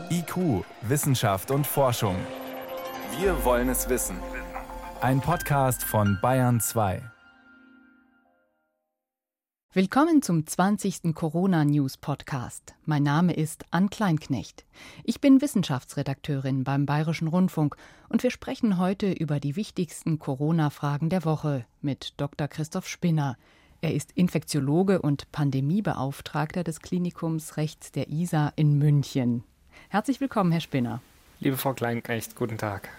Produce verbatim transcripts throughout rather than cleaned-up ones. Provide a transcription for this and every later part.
I Q, Wissenschaft und Forschung. Wir wollen es wissen. Ein Podcast von Bayern zwei. Willkommen zum zwanzigsten Corona-News-Podcast. Mein Name ist Ann Kleinknecht. Ich bin Wissenschaftsredakteurin beim Bayerischen Rundfunk und wir sprechen heute über die wichtigsten Corona-Fragen der Woche mit Doktor Christoph Spinner. Er ist Infektiologe und Pandemiebeauftragter des Klinikums Rechts der Isar in München. Herzlich willkommen, Herr Spinner. Liebe Frau Kleinknecht, guten Tag.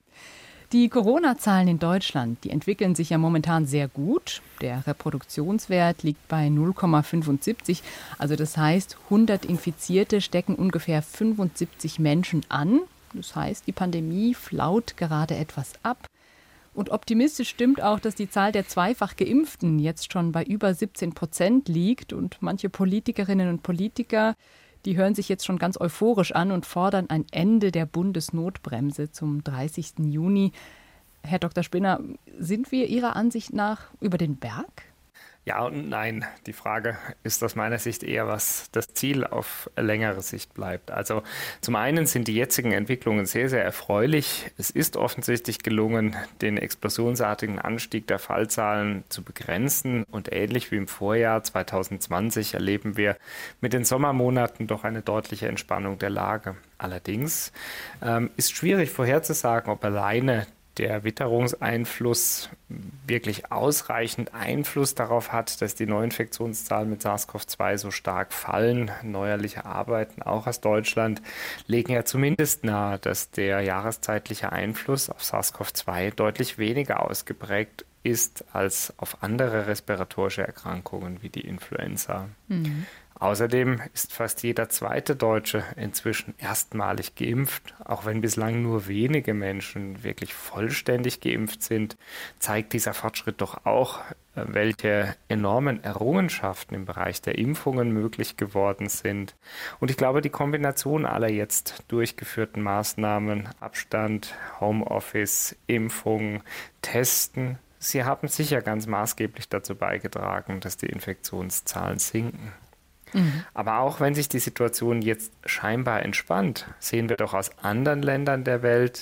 Die Corona-Zahlen in Deutschland, die entwickeln sich ja momentan sehr gut. Der Reproduktionswert liegt bei null Komma fünfundsiebzig. Also das heißt, hundert Infizierte stecken ungefähr fünfundsiebzig Menschen an. Das heißt, die Pandemie flaut gerade etwas ab. Und optimistisch stimmt auch, dass die Zahl der zweifach Geimpften jetzt schon bei über siebzehn Prozent liegt. Und manche Politikerinnen und Politiker, die hören sich jetzt schon ganz euphorisch an und fordern ein Ende der Bundesnotbremse zum dreißigsten Juni. Herr Doktor Spinner, sind wir Ihrer Ansicht nach über den Berg? Ja und nein. Die Frage ist aus meiner Sicht eher, was das Ziel auf längere Sicht bleibt. Also zum einen sind die jetzigen Entwicklungen sehr, sehr erfreulich. Es ist offensichtlich gelungen, den explosionsartigen Anstieg der Fallzahlen zu begrenzen. Und ähnlich wie im Vorjahr zwanzig zwanzig erleben wir mit den Sommermonaten doch eine deutliche Entspannung der Lage. Allerdings ähm, ist schwierig vorherzusagen, ob alleine der Witterungseinfluss wirklich ausreichend Einfluss darauf hat, dass die Neuinfektionszahlen mit SARS-C o V zwei so stark fallen. Neuerliche Arbeiten, auch aus Deutschland, legen ja zumindest nahe, dass der jahreszeitliche Einfluss auf SARS-C o V zwei deutlich weniger ausgeprägt ist als auf andere respiratorische Erkrankungen wie die Influenza. Mhm. Außerdem ist fast jeder zweite Deutsche inzwischen erstmalig geimpft. Auch wenn bislang nur wenige Menschen wirklich vollständig geimpft sind, zeigt dieser Fortschritt doch auch, welche enormen Errungenschaften im Bereich der Impfungen möglich geworden sind. Und ich glaube, die Kombination aller jetzt durchgeführten Maßnahmen, Abstand, Homeoffice, Impfung, Testen, sie haben sicher ganz maßgeblich dazu beigetragen, dass die Infektionszahlen sinken. Mhm. Aber auch wenn sich die Situation jetzt scheinbar entspannt, sehen wir doch aus anderen Ländern der Welt,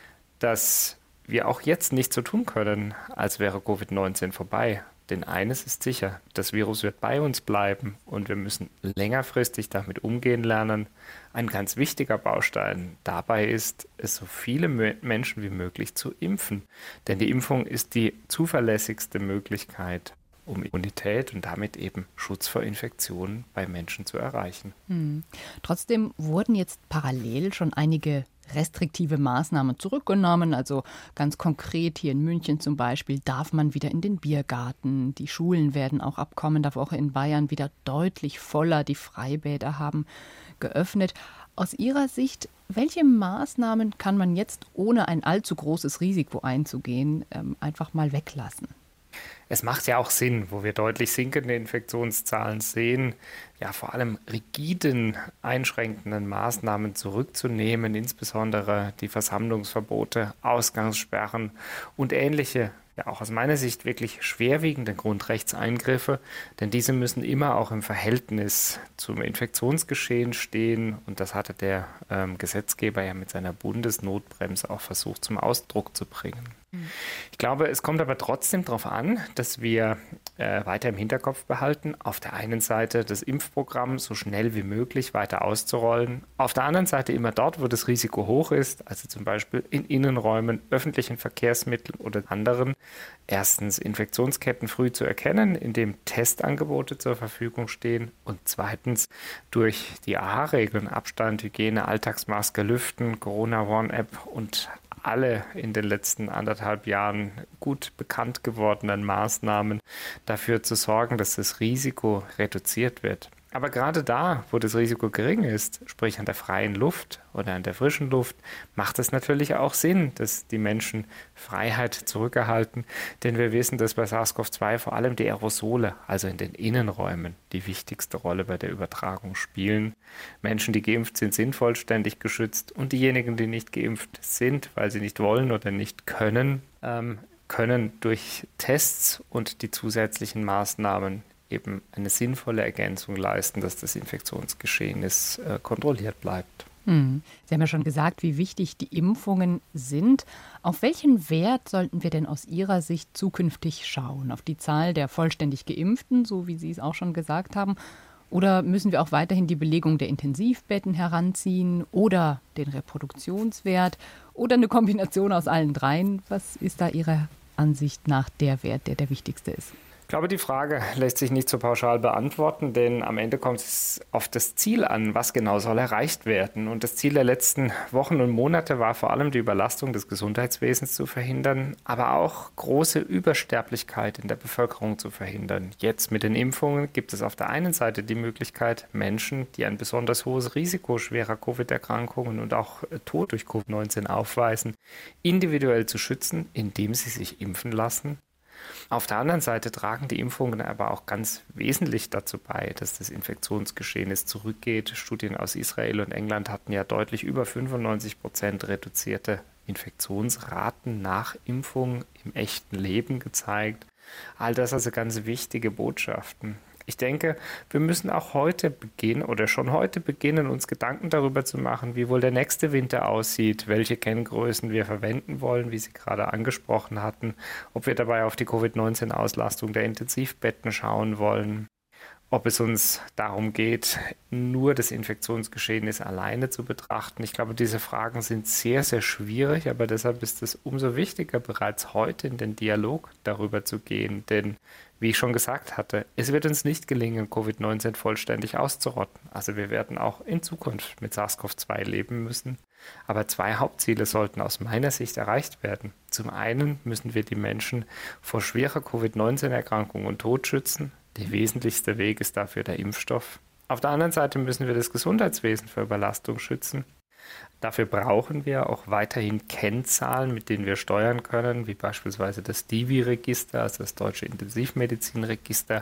dass wir auch jetzt nicht so tun können, als wäre Covid neunzehn vorbei. Denn eines ist sicher, das Virus wird bei uns bleiben und wir müssen längerfristig damit umgehen lernen. Ein ganz wichtiger Baustein dabei ist, es so viele Menschen wie möglich zu impfen. Denn die Impfung ist die zuverlässigste Möglichkeit, um Immunität und damit eben Schutz vor Infektionen bei Menschen zu erreichen. Hm. Trotzdem wurden jetzt parallel schon einige restriktive Maßnahmen zurückgenommen. Also ganz konkret hier in München zum Beispiel darf man wieder in den Biergarten. Die Schulen werden auch ab kommender Woche in Bayern wieder deutlich voller. Die Freibäder haben geöffnet. Aus Ihrer Sicht, welche Maßnahmen kann man jetzt, ohne ein allzu großes Risiko einzugehen, einfach mal weglassen? Es macht ja auch Sinn, wo wir deutlich sinkende Infektionszahlen sehen, ja vor allem rigiden, einschränkenden Maßnahmen zurückzunehmen, insbesondere die Versammlungsverbote, Ausgangssperren und ähnliche, ja auch aus meiner Sicht wirklich schwerwiegende Grundrechtseingriffe, denn diese müssen immer auch im Verhältnis zum Infektionsgeschehen stehen und das hatte der ähm, Gesetzgeber ja mit seiner Bundesnotbremse auch versucht zum Ausdruck zu bringen. Ich glaube, es kommt aber trotzdem darauf an, dass wir äh, weiter im Hinterkopf behalten, auf der einen Seite das Impfprogramm so schnell wie möglich weiter auszurollen, auf der anderen Seite immer dort, wo das Risiko hoch ist, also zum Beispiel in Innenräumen, öffentlichen Verkehrsmitteln oder anderen, erstens Infektionsketten früh zu erkennen, indem Testangebote zur Verfügung stehen und zweitens durch die A H-Regeln, Abstand, Hygiene, Alltagsmaske, Lüften, Corona-Warn-App und alle in den letzten anderthalb Jahren gut bekannt gewordenen Maßnahmen dafür zu sorgen, dass das Risiko reduziert wird. Aber gerade da, wo das Risiko gering ist, sprich an der freien Luft oder an der frischen Luft, macht es natürlich auch Sinn, dass die Menschen Freiheit zurückerhalten. Denn wir wissen, dass bei SARS-C o V zwei vor allem die Aerosole, also in den Innenräumen, die wichtigste Rolle bei der Übertragung spielen. Menschen, die geimpft sind, sind vollständig geschützt und diejenigen, die nicht geimpft sind, weil sie nicht wollen oder nicht können, ähm, können durch Tests und die zusätzlichen Maßnahmen eben eine sinnvolle Ergänzung leisten, dass das Infektionsgeschehen äh, kontrolliert bleibt. Hm. Sie haben ja schon gesagt, wie wichtig die Impfungen sind. Auf welchen Wert sollten wir denn aus Ihrer Sicht zukünftig schauen? Auf die Zahl der vollständig Geimpften, so wie Sie es auch schon gesagt haben? Oder müssen wir auch weiterhin die Belegung der Intensivbetten heranziehen oder den Reproduktionswert oder eine Kombination aus allen dreien? Was ist da Ihrer Ansicht nach der Wert, der der wichtigste ist? Ich glaube, die Frage lässt sich nicht so pauschal beantworten, denn am Ende kommt es auf das Ziel an, was genau soll erreicht werden. Und das Ziel der letzten Wochen und Monate war vor allem die Überlastung des Gesundheitswesens zu verhindern, aber auch große Übersterblichkeit in der Bevölkerung zu verhindern. Jetzt mit den Impfungen gibt es auf der einen Seite die Möglichkeit, Menschen, die ein besonders hohes Risiko schwerer Covid-Erkrankungen und auch Tod durch Covid neunzehn aufweisen, individuell zu schützen, indem sie sich impfen lassen. Auf der anderen Seite tragen die Impfungen aber auch ganz wesentlich dazu bei, dass das Infektionsgeschehen zurückgeht. Studien aus Israel und England hatten ja deutlich über fünfundneunzig Prozent reduzierte Infektionsraten nach Impfung im echten Leben gezeigt. All das also ganz wichtige Botschaften. Ich denke, wir müssen auch heute beginnen oder schon heute beginnen, uns Gedanken darüber zu machen, wie wohl der nächste Winter aussieht, welche Kenngrößen wir verwenden wollen, wie Sie gerade angesprochen hatten, ob wir dabei auf die Covid neunzehn Auslastung der Intensivbetten schauen wollen, ob es uns darum geht, nur das Infektionsgeschehen alleine zu betrachten. Ich glaube, diese Fragen sind sehr, sehr schwierig, aber deshalb ist es umso wichtiger, bereits heute in den Dialog darüber zu gehen, denn wie ich schon gesagt hatte, es wird uns nicht gelingen, Covid neunzehn vollständig auszurotten. Also wir werden auch in Zukunft mit SARS-C o V zwei leben müssen. Aber zwei Hauptziele sollten aus meiner Sicht erreicht werden. Zum einen müssen wir die Menschen vor schwerer Covid neunzehn Erkrankung und Tod schützen. Der wesentlichste Weg ist dafür der Impfstoff. Auf der anderen Seite müssen wir das Gesundheitswesen vor Überlastung schützen. Dafür brauchen wir auch weiterhin Kennzahlen, mit denen wir steuern können, wie beispielsweise das D I V I-Register, also das Deutsche Intensivmedizinregister.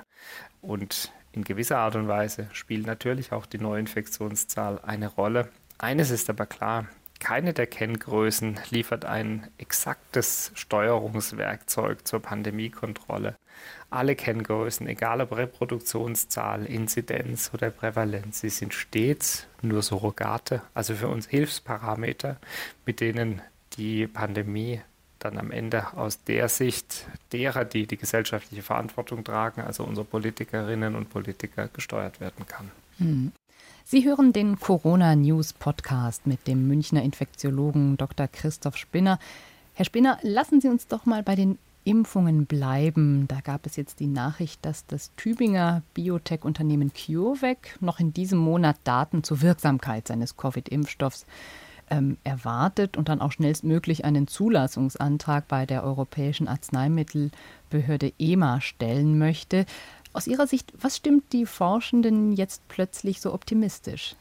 Und in gewisser Art und Weise spielt natürlich auch die Neuinfektionszahl eine Rolle. Eines ist aber klar: Keine der Kenngrößen liefert ein exaktes Steuerungswerkzeug zur Pandemiekontrolle. Alle Kenngrößen, egal ob Reproduktionszahl, Inzidenz oder Prävalenz, sie sind stets nur Surrogate, also für uns Hilfsparameter, mit denen die Pandemie dann am Ende aus der Sicht derer, die die gesellschaftliche Verantwortung tragen, also unsere Politikerinnen und Politiker, gesteuert werden kann. Hm. Sie hören den Corona-News-Podcast mit dem Münchner Infektiologen Doktor Christoph Spinner. Herr Spinner, lassen Sie uns doch mal bei den Impfungen bleiben. Da gab es jetzt die Nachricht, dass das Tübinger Biotech-Unternehmen CureVac noch in diesem Monat Daten zur Wirksamkeit seines Covid-Impfstoffs ähm, erwartet und dann auch schnellstmöglich einen Zulassungsantrag bei der Europäischen Arzneimittelbehörde E M A stellen möchte. Aus Ihrer Sicht, was stimmt die Forschenden jetzt plötzlich so optimistisch?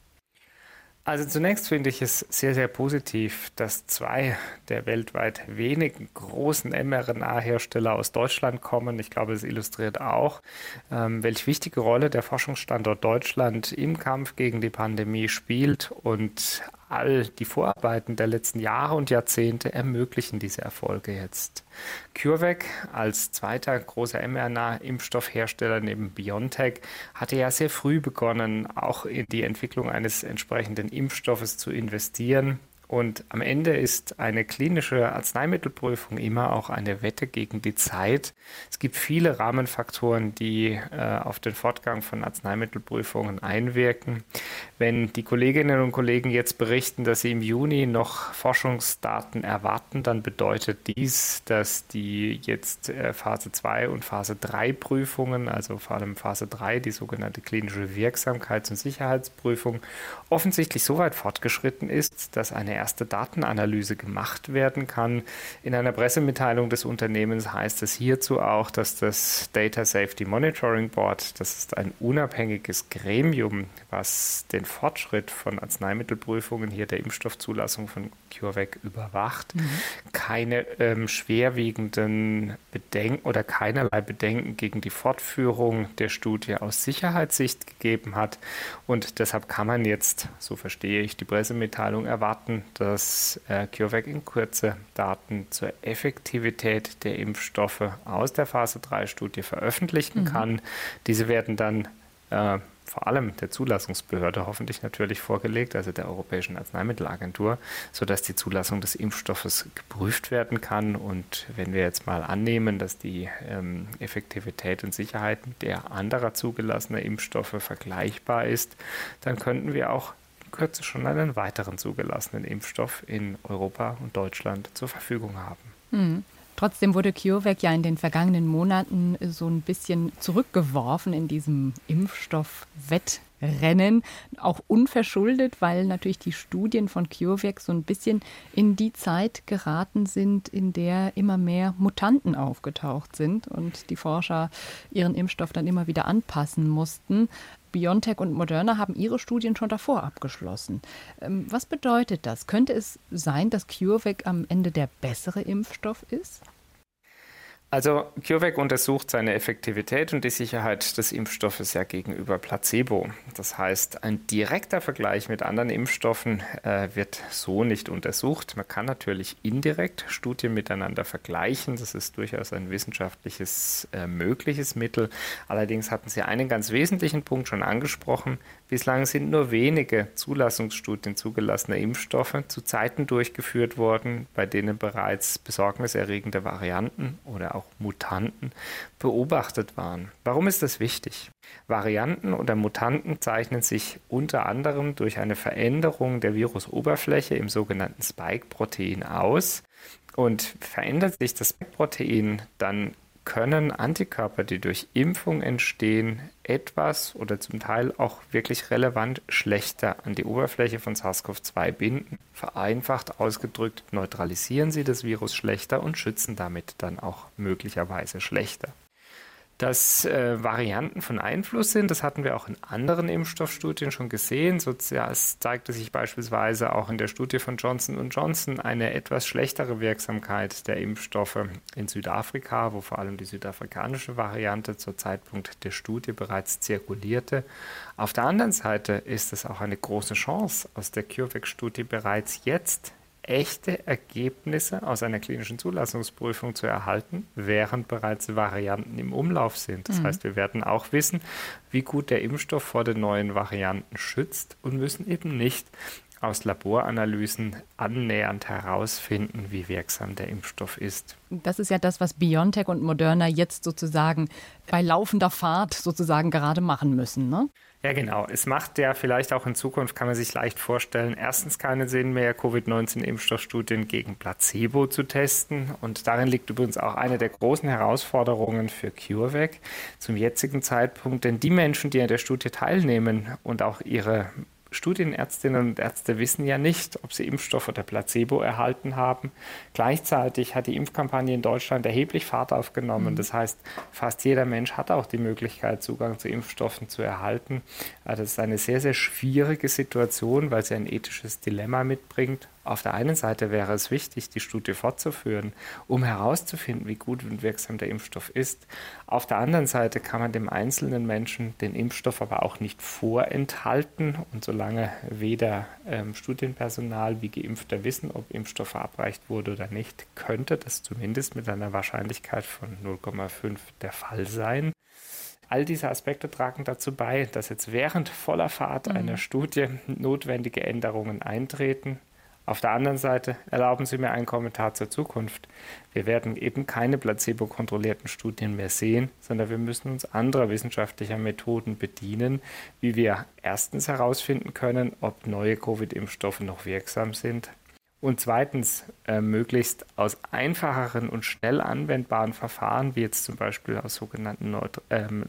Also zunächst finde ich es sehr, sehr positiv, dass zwei der weltweit wenigen großen mRNA-Hersteller aus Deutschland kommen. Ich glaube, es illustriert auch, ähm, welche wichtige Rolle der Forschungsstandort Deutschland im Kampf gegen die Pandemie spielt, und all die Vorarbeiten der letzten Jahre und Jahrzehnte ermöglichen diese Erfolge jetzt. CureVac als zweiter großer mRNA-Impfstoffhersteller neben BioNTech hatte ja sehr früh begonnen, auch in die Entwicklung eines entsprechenden Impfstoffes zu investieren. Und am Ende ist eine klinische Arzneimittelprüfung immer auch eine Wette gegen die Zeit. Es gibt viele Rahmenfaktoren, die äh, auf den Fortgang von Arzneimittelprüfungen einwirken. Wenn die Kolleginnen und Kollegen jetzt berichten, dass sie im Juni noch Forschungsdaten erwarten, dann bedeutet dies, dass die jetzt äh, Phase zwei und Phase drei Prüfungen, also vor allem Phase drei, die sogenannte klinische Wirksamkeits- und Sicherheitsprüfung, offensichtlich so weit fortgeschritten ist, dass eine erste Datenanalyse gemacht werden kann. In einer Pressemitteilung des Unternehmens heißt es hierzu auch, dass das Data Safety Monitoring Board, das ist ein unabhängiges Gremium, was den Fortschritt von Arzneimittelprüfungen, hier der Impfstoffzulassung von CureVac überwacht, mhm. keine ähm, schwerwiegenden Bedenken oder keinerlei Bedenken gegen die Fortführung der Studie aus Sicherheitssicht gegeben hat. Und deshalb kann man jetzt, so verstehe ich die Pressemitteilung, erwarten, dass äh, CureVac in Kürze Daten zur Effektivität der Impfstoffe aus der Phase drei Studie veröffentlichen mhm. kann. Diese werden dann äh, vor allem der Zulassungsbehörde hoffentlich natürlich vorgelegt, also der Europäischen Arzneimittelagentur, sodass die Zulassung des Impfstoffes geprüft werden kann. Und wenn wir jetzt mal annehmen, dass die ähm, Effektivität und Sicherheit der anderer zugelassener Impfstoffe vergleichbar ist, dann könnten wir auch in Kürze schon einen weiteren zugelassenen Impfstoff in Europa und Deutschland zur Verfügung haben. Mhm. Trotzdem wurde CureVac ja in den vergangenen Monaten so ein bisschen zurückgeworfen in diesem Impfstoffwettrennen, auch unverschuldet, weil natürlich die Studien von CureVac so ein bisschen in die Zeit geraten sind, in der immer mehr Mutanten aufgetaucht sind und die Forscher ihren Impfstoff dann immer wieder anpassen mussten. BioNTech und Moderna haben ihre Studien schon davor abgeschlossen. Was bedeutet das? Könnte es sein, dass CureVac am Ende der bessere Impfstoff ist? Also CureVac untersucht seine Effektivität und die Sicherheit des Impfstoffes ja gegenüber Placebo. Das heißt, ein direkter Vergleich mit anderen Impfstoffen äh, wird so nicht untersucht. Man kann natürlich indirekt Studien miteinander vergleichen. Das ist durchaus ein wissenschaftliches äh, mögliches Mittel. Allerdings hatten Sie einen ganz wesentlichen Punkt schon angesprochen. Bislang sind nur wenige Zulassungsstudien zugelassener Impfstoffe zu Zeiten durchgeführt worden, bei denen bereits besorgniserregende Varianten oder auch Mutanten beobachtet waren. Warum ist das wichtig? Varianten oder Mutanten zeichnen sich unter anderem durch eine Veränderung der Virusoberfläche im sogenannten Spike-Protein aus. Und verändert sich das Spike-Protein, dann können Antikörper, die durch Impfung entstehen, etwas oder zum Teil auch wirklich relevant schlechter an die Oberfläche von SARS-CoV zwei binden. Vereinfacht ausgedrückt neutralisieren sie das Virus schlechter und schützen damit dann auch möglicherweise schlechter. Dass äh, Varianten von Einfluss sind, das hatten wir auch in anderen Impfstoffstudien schon gesehen. So zeigte sich beispielsweise auch in der Studie von Johnson und Johnson eine etwas schlechtere Wirksamkeit der Impfstoffe in Südafrika, wo vor allem die südafrikanische Variante zur Zeitpunkt der Studie bereits zirkulierte. Auf der anderen Seite ist es auch eine große Chance, aus der CureVac-Studie bereits jetzt echte Ergebnisse aus einer klinischen Zulassungsprüfung zu erhalten, während bereits Varianten im Umlauf sind. Das mhm. heißt, wir werden auch wissen, wie gut der Impfstoff vor den neuen Varianten schützt und müssen eben nicht aus Laboranalysen annähernd herausfinden, wie wirksam der Impfstoff ist. Das ist ja das, was BioNTech und Moderna jetzt sozusagen bei laufender Fahrt sozusagen gerade machen müssen, ne? Ja, genau. Es macht ja vielleicht auch in Zukunft, kann man sich leicht vorstellen, erstens keinen Sinn mehr, Covid neunzehn Impfstoffstudien gegen Placebo zu testen. Und darin liegt übrigens auch eine der großen Herausforderungen für CureVac zum jetzigen Zeitpunkt. Denn die Menschen, die an der Studie teilnehmen und auch ihre Studienärztinnen und Ärzte wissen ja nicht, ob sie Impfstoff oder Placebo erhalten haben. Gleichzeitig hat die Impfkampagne in Deutschland erheblich Fahrt aufgenommen. Das heißt, fast jeder Mensch hat auch die Möglichkeit, Zugang zu Impfstoffen zu erhalten. Das ist eine sehr, sehr schwierige Situation, weil sie ein ethisches Dilemma mitbringt. Auf der einen Seite wäre es wichtig, die Studie fortzuführen, um herauszufinden, wie gut und wirksam der Impfstoff ist. Auf der anderen Seite kann man dem einzelnen Menschen den Impfstoff aber auch nicht vorenthalten. Und solange weder ähm, Studienpersonal wie Geimpfter wissen, ob Impfstoff verabreicht wurde oder nicht, könnte das zumindest mit einer Wahrscheinlichkeit von null Komma fünf der Fall sein. All diese Aspekte tragen dazu bei, dass jetzt während voller Fahrt mhm. einer Studie notwendige Änderungen eintreten. Auf der anderen Seite erlauben Sie mir einen Kommentar zur Zukunft. Wir werden eben keine placebo-kontrollierten Studien mehr sehen, sondern wir müssen uns anderer wissenschaftlicher Methoden bedienen, wie wir erstens herausfinden können, ob neue Covid-Impfstoffe noch wirksam sind und zweitens äh, möglichst aus einfacheren und schnell anwendbaren Verfahren, wie jetzt zum Beispiel aus sogenannten Neut- ähm,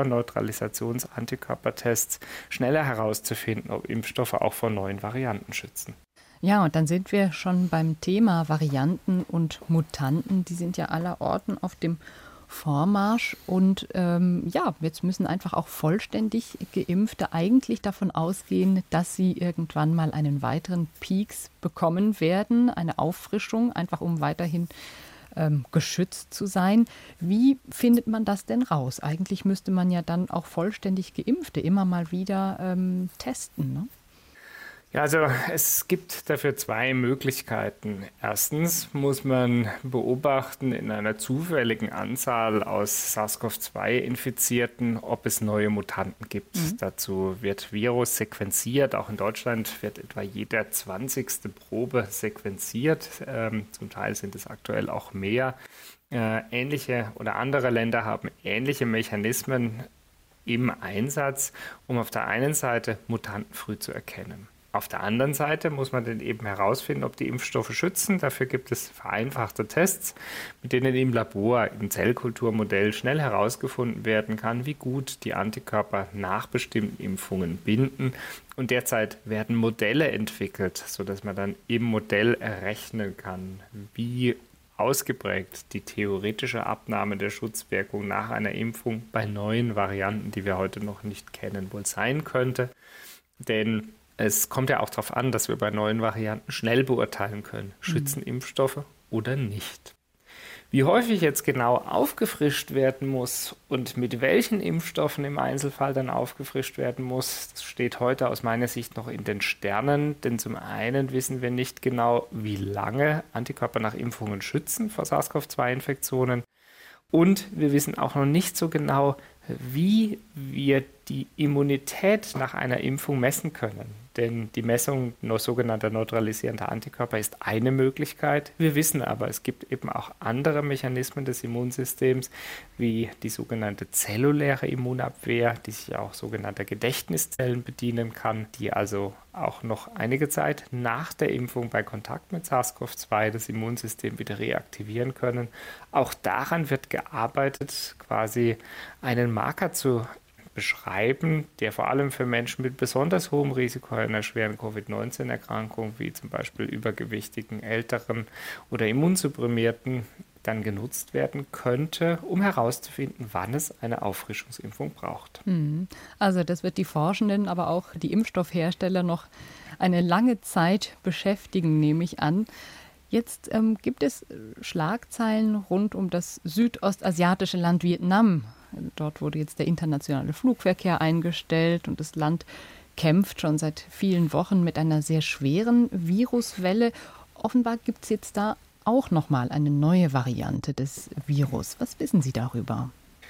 Laborneutralisations-Antikörpertests, schneller herauszufinden, ob Impfstoffe auch vor neuen Varianten schützen. Ja, und dann sind wir schon beim Thema Varianten und Mutanten. Die sind ja allerorten auf dem Vormarsch. Und ähm, ja, jetzt müssen einfach auch vollständig Geimpfte eigentlich davon ausgehen, dass sie irgendwann mal einen weiteren Peaks bekommen werden, eine Auffrischung, einfach um weiterhin ähm, geschützt zu sein. Wie findet man das denn raus? Eigentlich müsste man ja dann auch vollständig Geimpfte immer mal wieder ähm, testen, ne? Ja, also es gibt dafür zwei Möglichkeiten. Erstens muss man beobachten in einer zufälligen Anzahl aus SARS-C o V zwei Infizierten, ob es neue Mutanten gibt. Mhm. Dazu wird Virus sequenziert. Auch in Deutschland wird etwa jeder zwanzigste Probe sequenziert. Ähm, zum Teil sind es aktuell auch mehr. Äh, ähnliche oder andere Länder haben ähnliche Mechanismen im Einsatz, um auf der einen Seite Mutanten früh zu erkennen. Auf der anderen Seite muss man dann eben herausfinden, ob die Impfstoffe schützen. Dafür gibt es vereinfachte Tests, mit denen im Labor, im Zellkulturmodell schnell herausgefunden werden kann, wie gut die Antikörper nach bestimmten Impfungen binden. Und derzeit werden Modelle entwickelt, sodass man dann im Modell errechnen kann, wie ausgeprägt die theoretische Abnahme der Schutzwirkung nach einer Impfung bei neuen Varianten, die wir heute noch nicht kennen, wohl sein könnte. Denn es kommt ja auch darauf an, dass wir bei neuen Varianten schnell beurteilen können, schützen mhm. Impfstoffe oder nicht. Wie häufig jetzt genau aufgefrischt werden muss und mit welchen Impfstoffen im Einzelfall dann aufgefrischt werden muss, das steht heute aus meiner Sicht noch in den Sternen. Denn zum einen wissen wir nicht genau, wie lange Antikörper nach Impfungen schützen vor SARS-C o V zwei Infektionen. Und wir wissen auch noch nicht so genau, wie wir die Immunität nach einer Impfung messen können. Denn die Messung nur sogenannter neutralisierender Antikörper ist eine Möglichkeit. Wir wissen aber, es gibt eben auch andere Mechanismen des Immunsystems, wie die sogenannte zelluläre Immunabwehr, die sich auch sogenannter Gedächtniszellen bedienen kann, die also auch noch einige Zeit nach der Impfung bei Kontakt mit SARS-C o V zwei das Immunsystem wieder reaktivieren können. Auch daran wird gearbeitet, quasi einen Marker zu beschreiben, der vor allem für Menschen mit besonders hohem Risiko einer schweren Covid neunzehn Erkrankung, wie zum Beispiel übergewichtigen, älteren oder immunsupprimierten, dann genutzt werden könnte, um herauszufinden, wann es eine Auffrischungsimpfung braucht. Also das wird die Forschenden, aber auch die Impfstoffhersteller noch eine lange Zeit beschäftigen, nehme ich an. Jetzt ähm, gibt es Schlagzeilen rund um das südostasiatische Land Vietnam. Dort wurde jetzt der internationale Flugverkehr eingestellt und das Land kämpft schon seit vielen Wochen mit einer sehr schweren Viruswelle. Offenbar gibt es jetzt da auch nochmal eine neue Variante des Virus. Was wissen Sie darüber?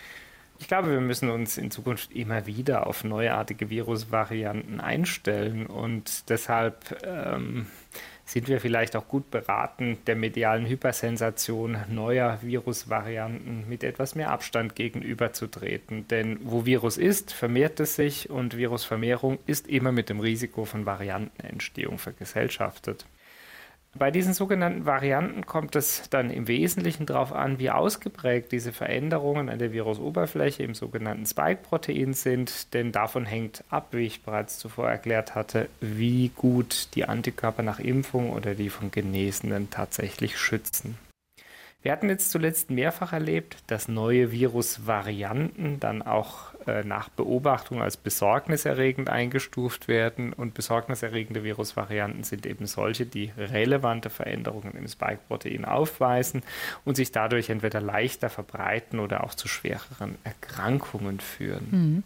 Ich glaube, wir müssen uns in Zukunft immer wieder auf neuartige Virusvarianten einstellen und deshalb ähm, sind wir vielleicht auch gut beraten, der medialen Hypersensation neuer Virusvarianten mit etwas mehr Abstand gegenüberzutreten. Denn wo Virus ist, vermehrt es sich und Virusvermehrung ist immer mit dem Risiko von Variantenentstehung vergesellschaftet. Bei diesen sogenannten Varianten kommt es dann im Wesentlichen darauf an, wie ausgeprägt diese Veränderungen an der Virusoberfläche im sogenannten Spike-Protein sind, denn davon hängt ab, wie ich bereits zuvor erklärt hatte, wie gut die Antikörper nach Impfung oder die von Genesenen tatsächlich schützen. Wir hatten jetzt zuletzt mehrfach erlebt, dass neue Virusvarianten dann auch äh, nach Beobachtung als besorgniserregend eingestuft werden. Und besorgniserregende Virusvarianten sind eben solche, die relevante Veränderungen im Spike-Protein aufweisen und sich dadurch entweder leichter verbreiten oder auch zu schwereren Erkrankungen führen. Mhm.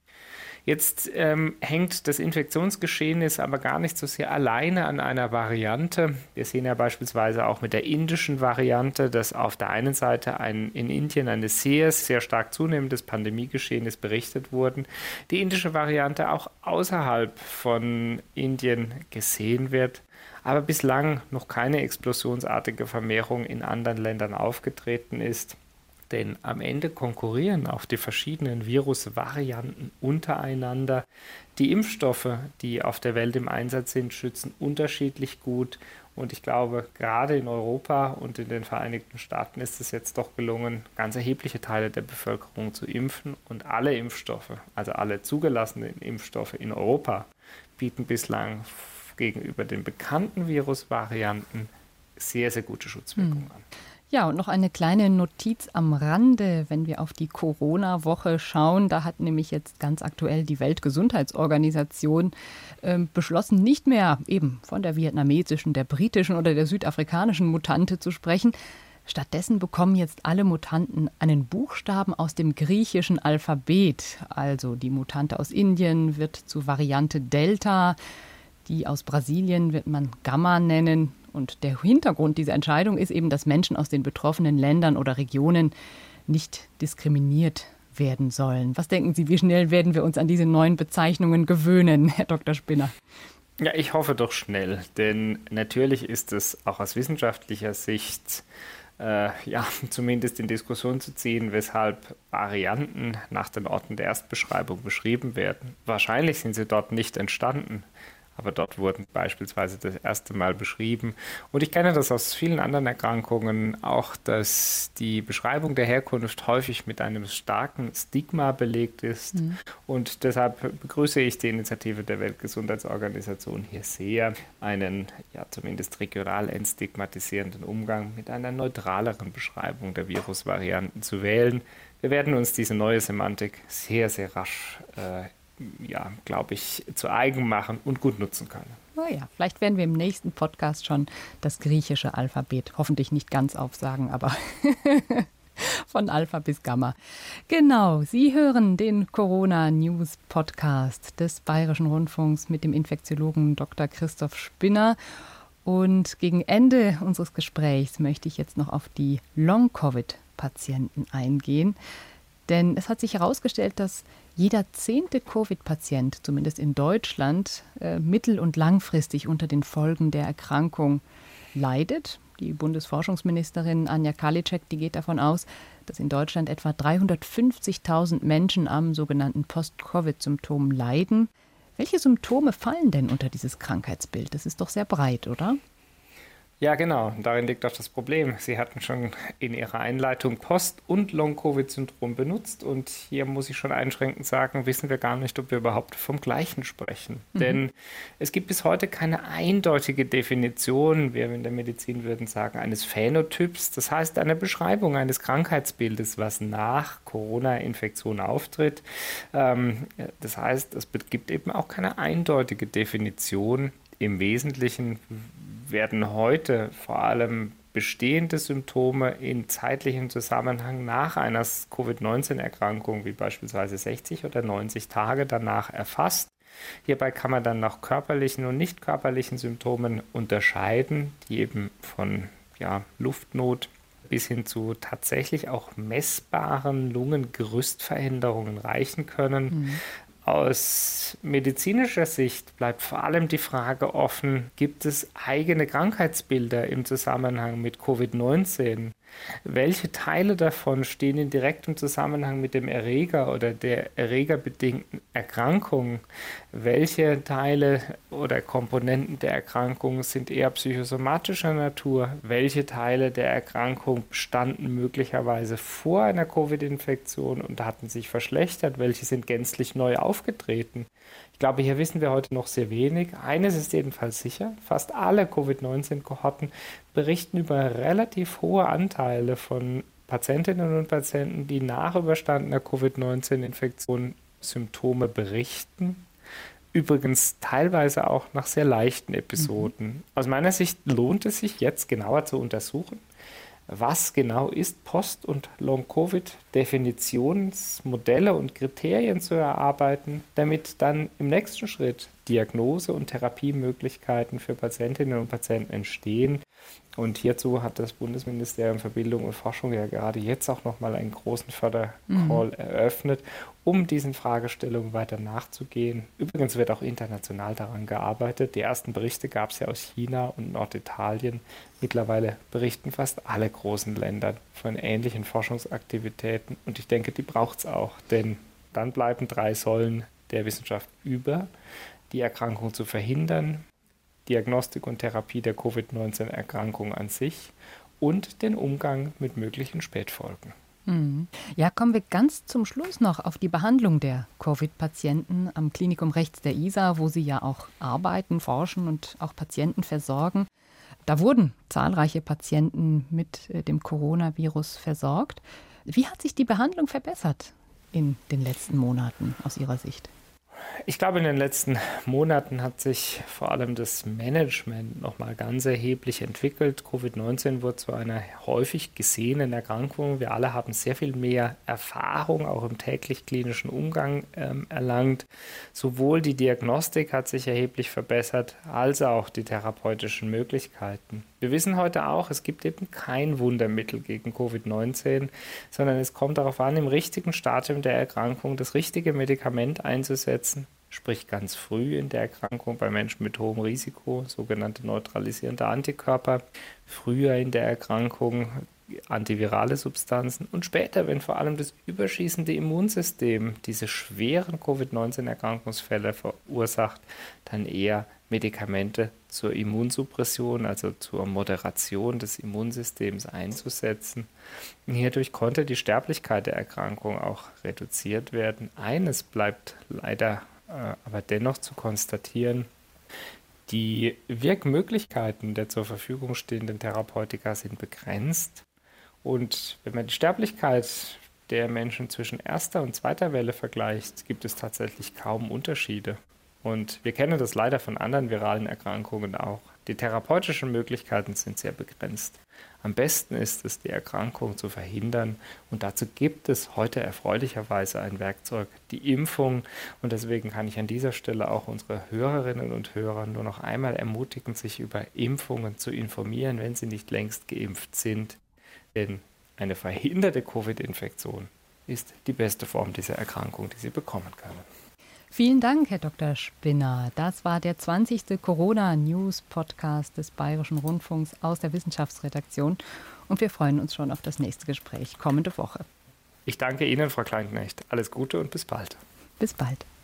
Jetzt ähm, hängt das Infektionsgeschehnis aber gar nicht so sehr alleine an einer Variante. Wir sehen ja beispielsweise auch mit der indischen Variante, dass auf der einen Seite ein, in Indien ein sehr, sehr stark zunehmendes Pandemiegeschehnis berichtet wurde. Die indische Variante auch außerhalb von Indien gesehen wird, aber bislang noch keine explosionsartige Vermehrung in anderen Ländern aufgetreten ist. Denn am Ende konkurrieren auch die verschiedenen Virusvarianten untereinander. Die Impfstoffe, die auf der Welt im Einsatz sind, schützen unterschiedlich gut. Und ich glaube, gerade in Europa und in den Vereinigten Staaten ist es jetzt doch gelungen, ganz erhebliche Teile der Bevölkerung zu impfen. Und alle Impfstoffe, also alle zugelassenen Impfstoffe in Europa, bieten bislang gegenüber den bekannten Virusvarianten sehr, sehr gute Schutzwirkungen hm. an. Ja, und noch eine kleine Notiz am Rande, wenn wir auf die Corona-Woche schauen. Da hat nämlich jetzt ganz aktuell die Weltgesundheitsorganisation äh, beschlossen, nicht mehr eben von der vietnamesischen, der britischen oder der südafrikanischen Mutante zu sprechen. Stattdessen bekommen jetzt alle Mutanten einen Buchstaben aus dem griechischen Alphabet. Also die Mutante aus Indien wird zu Variante Delta. Die aus Brasilien wird man Gamma nennen. Und der Hintergrund dieser Entscheidung ist eben, dass Menschen aus den betroffenen Ländern oder Regionen nicht diskriminiert werden sollen. Was denken Sie, wie schnell werden wir uns an diese neuen Bezeichnungen gewöhnen, Herr Doktor Spinner? Ja, ich hoffe doch schnell, denn natürlich ist es auch aus wissenschaftlicher Sicht äh, ja, zumindest in Diskussion zu ziehen, weshalb Varianten nach den Orten der Erstbeschreibung beschrieben werden. Wahrscheinlich sind sie dort nicht entstanden, aber dort wurden beispielsweise das erste Mal beschrieben. Und ich kenne das aus vielen anderen Erkrankungen auch, dass die Beschreibung der Herkunft häufig mit einem starken Stigma belegt ist. Mhm. Und deshalb begrüße ich die Initiative der Weltgesundheitsorganisation hier sehr, einen ja zumindest regional entstigmatisierenden Umgang mit einer neutraleren Beschreibung der Virusvarianten zu wählen. Wir werden uns diese neue Semantik sehr, sehr rasch äh, ja, glaube ich, zu eigen machen und gut nutzen können. Naja, vielleicht werden wir im nächsten Podcast schon das griechische Alphabet hoffentlich nicht ganz aufsagen, aber von Alpha bis Gamma. Genau, Sie hören den Corona-News-Podcast des Bayerischen Rundfunks mit dem Infektiologen Doktor Christoph Spinner. Und gegen Ende unseres Gesprächs möchte ich jetzt noch auf die Long-Covid-Patienten eingehen. Denn es hat sich herausgestellt, dass jeder zehnte Covid-Patient, zumindest in Deutschland, äh, mittel- und langfristig unter den Folgen der Erkrankung leidet. Die Bundesforschungsministerin Anja Karliczek, die geht davon aus, dass in Deutschland etwa dreihundertfünfzigtausend Menschen am sogenannten Post-Covid-Symptom leiden. Welche Symptome fallen denn unter dieses Krankheitsbild? Das ist doch sehr breit, oder? Ja, genau. Darin liegt auch das Problem. Sie hatten schon in Ihrer Einleitung Post- und Long-Covid-Syndrom benutzt. Und hier muss ich schon einschränkend sagen, wissen wir gar nicht, ob wir überhaupt vom Gleichen sprechen. Mhm. Denn es gibt bis heute keine eindeutige Definition, wir in der Medizin würden sagen, eines Phänotyps. Das heißt, eine Beschreibung eines Krankheitsbildes, was nach Corona-Infektion auftritt. Das heißt, es gibt eben auch keine eindeutige Definition. Im Wesentlichen werden heute vor allem bestehende Symptome in zeitlichem Zusammenhang nach einer Covid neunzehn Erkrankung, wie beispielsweise sechzig oder neunzig Tage danach erfasst. Hierbei kann man dann nach körperlichen und nicht körperlichen Symptomen unterscheiden, die eben von ja, Luftnot bis hin zu tatsächlich auch messbaren Lungengerüstveränderungen reichen können. Mhm. Aus medizinischer Sicht bleibt vor allem die Frage offen, gibt es eigene Krankheitsbilder im Zusammenhang mit Covid neunzehn? Welche Teile davon stehen in direktem Zusammenhang mit dem Erreger oder der erregerbedingten Erkrankung? Welche Teile oder Komponenten der Erkrankung sind eher psychosomatischer Natur? Welche Teile der Erkrankung bestanden möglicherweise vor einer Covid-Infektion und hatten sich verschlechtert? Welche sind gänzlich neu aufgetreten? Ich glaube, hier wissen wir heute noch sehr wenig. Eines ist jedenfalls sicher, fast alle Covid neunzehn Kohorten berichten über relativ hohe Anteile von Patientinnen und Patienten, die nach überstandener Covid neunzehn Infektion Symptome berichten. Übrigens teilweise auch nach sehr leichten Episoden. Mhm. Aus meiner Sicht lohnt es sich jetzt genauer zu untersuchen, was genau ist Post- und Long-Covid, Definitionsmodelle und Kriterien zu erarbeiten, damit dann im nächsten Schritt Diagnose- und Therapiemöglichkeiten für Patientinnen und Patienten entstehen. Und hierzu hat das Bundesministerium für Bildung und Forschung ja gerade jetzt auch nochmal einen großen Fördercall mhm. eröffnet, um diesen Fragestellungen weiter nachzugehen. Übrigens wird auch international daran gearbeitet. Die ersten Berichte gab es ja aus China und Norditalien. Mittlerweile berichten fast alle großen Länder von ähnlichen Forschungsaktivitäten. Und ich denke, die braucht es auch, denn dann bleiben drei Säulen der Wissenschaft über: die Erkrankung zu verhindern, Diagnostik und Therapie der Covid neunzehn Erkrankung an sich und den Umgang mit möglichen Spätfolgen. Ja, kommen wir ganz zum Schluss noch auf die Behandlung der Covid-Patienten am Klinikum rechts der Isar, wo Sie ja auch arbeiten, forschen und auch Patienten versorgen. Da wurden zahlreiche Patienten mit dem Coronavirus versorgt. Wie hat sich die Behandlung verbessert in den letzten Monaten aus Ihrer Sicht? Ich glaube, in den letzten Monaten hat sich vor allem das Management nochmal ganz erheblich entwickelt. Covid neunzehn wurde zu einer häufig gesehenen Erkrankung. Wir alle haben sehr viel mehr Erfahrung, auch im täglich klinischen Umgang ähm, erlangt. Sowohl die Diagnostik hat sich erheblich verbessert, als auch die therapeutischen Möglichkeiten. Wir wissen heute auch, es gibt eben kein Wundermittel gegen Covid neunzehn, sondern es kommt darauf an, im richtigen Stadium der Erkrankung das richtige Medikament einzusetzen, sprich ganz früh in der Erkrankung bei Menschen mit hohem Risiko, sogenannte neutralisierende Antikörper, früher in der Erkrankung antivirale Substanzen und später, wenn vor allem das überschießende Immunsystem diese schweren Covid neunzehn Erkrankungsfälle verursacht, dann eher Medikamente zur Immunsuppression, also zur Moderation des Immunsystems einzusetzen. Und hierdurch konnte die Sterblichkeit der Erkrankung auch reduziert werden. Eines bleibt leider äh, aber dennoch zu konstatieren: Die Wirkmöglichkeiten der zur Verfügung stehenden Therapeutika sind begrenzt. Und wenn man die Sterblichkeit der Menschen zwischen erster und zweiter Welle vergleicht, gibt es tatsächlich kaum Unterschiede. Und wir kennen das leider von anderen viralen Erkrankungen auch. Die therapeutischen Möglichkeiten sind sehr begrenzt. Am besten ist es, die Erkrankung zu verhindern. Und dazu gibt es heute erfreulicherweise ein Werkzeug, die Impfung. Und deswegen kann ich an dieser Stelle auch unsere Hörerinnen und Hörer nur noch einmal ermutigen, sich über Impfungen zu informieren, wenn sie nicht längst geimpft sind. Denn eine verhinderte Covid-Infektion ist die beste Form dieser Erkrankung, die sie bekommen können. Vielen Dank, Herr Doktor Spinner. Das war der zwanzigste Corona-News-Podcast des Bayerischen Rundfunks aus der Wissenschaftsredaktion. Und wir freuen uns schon auf das nächste Gespräch kommende Woche. Ich danke Ihnen, Frau Kleinknecht. Alles Gute und bis bald. Bis bald.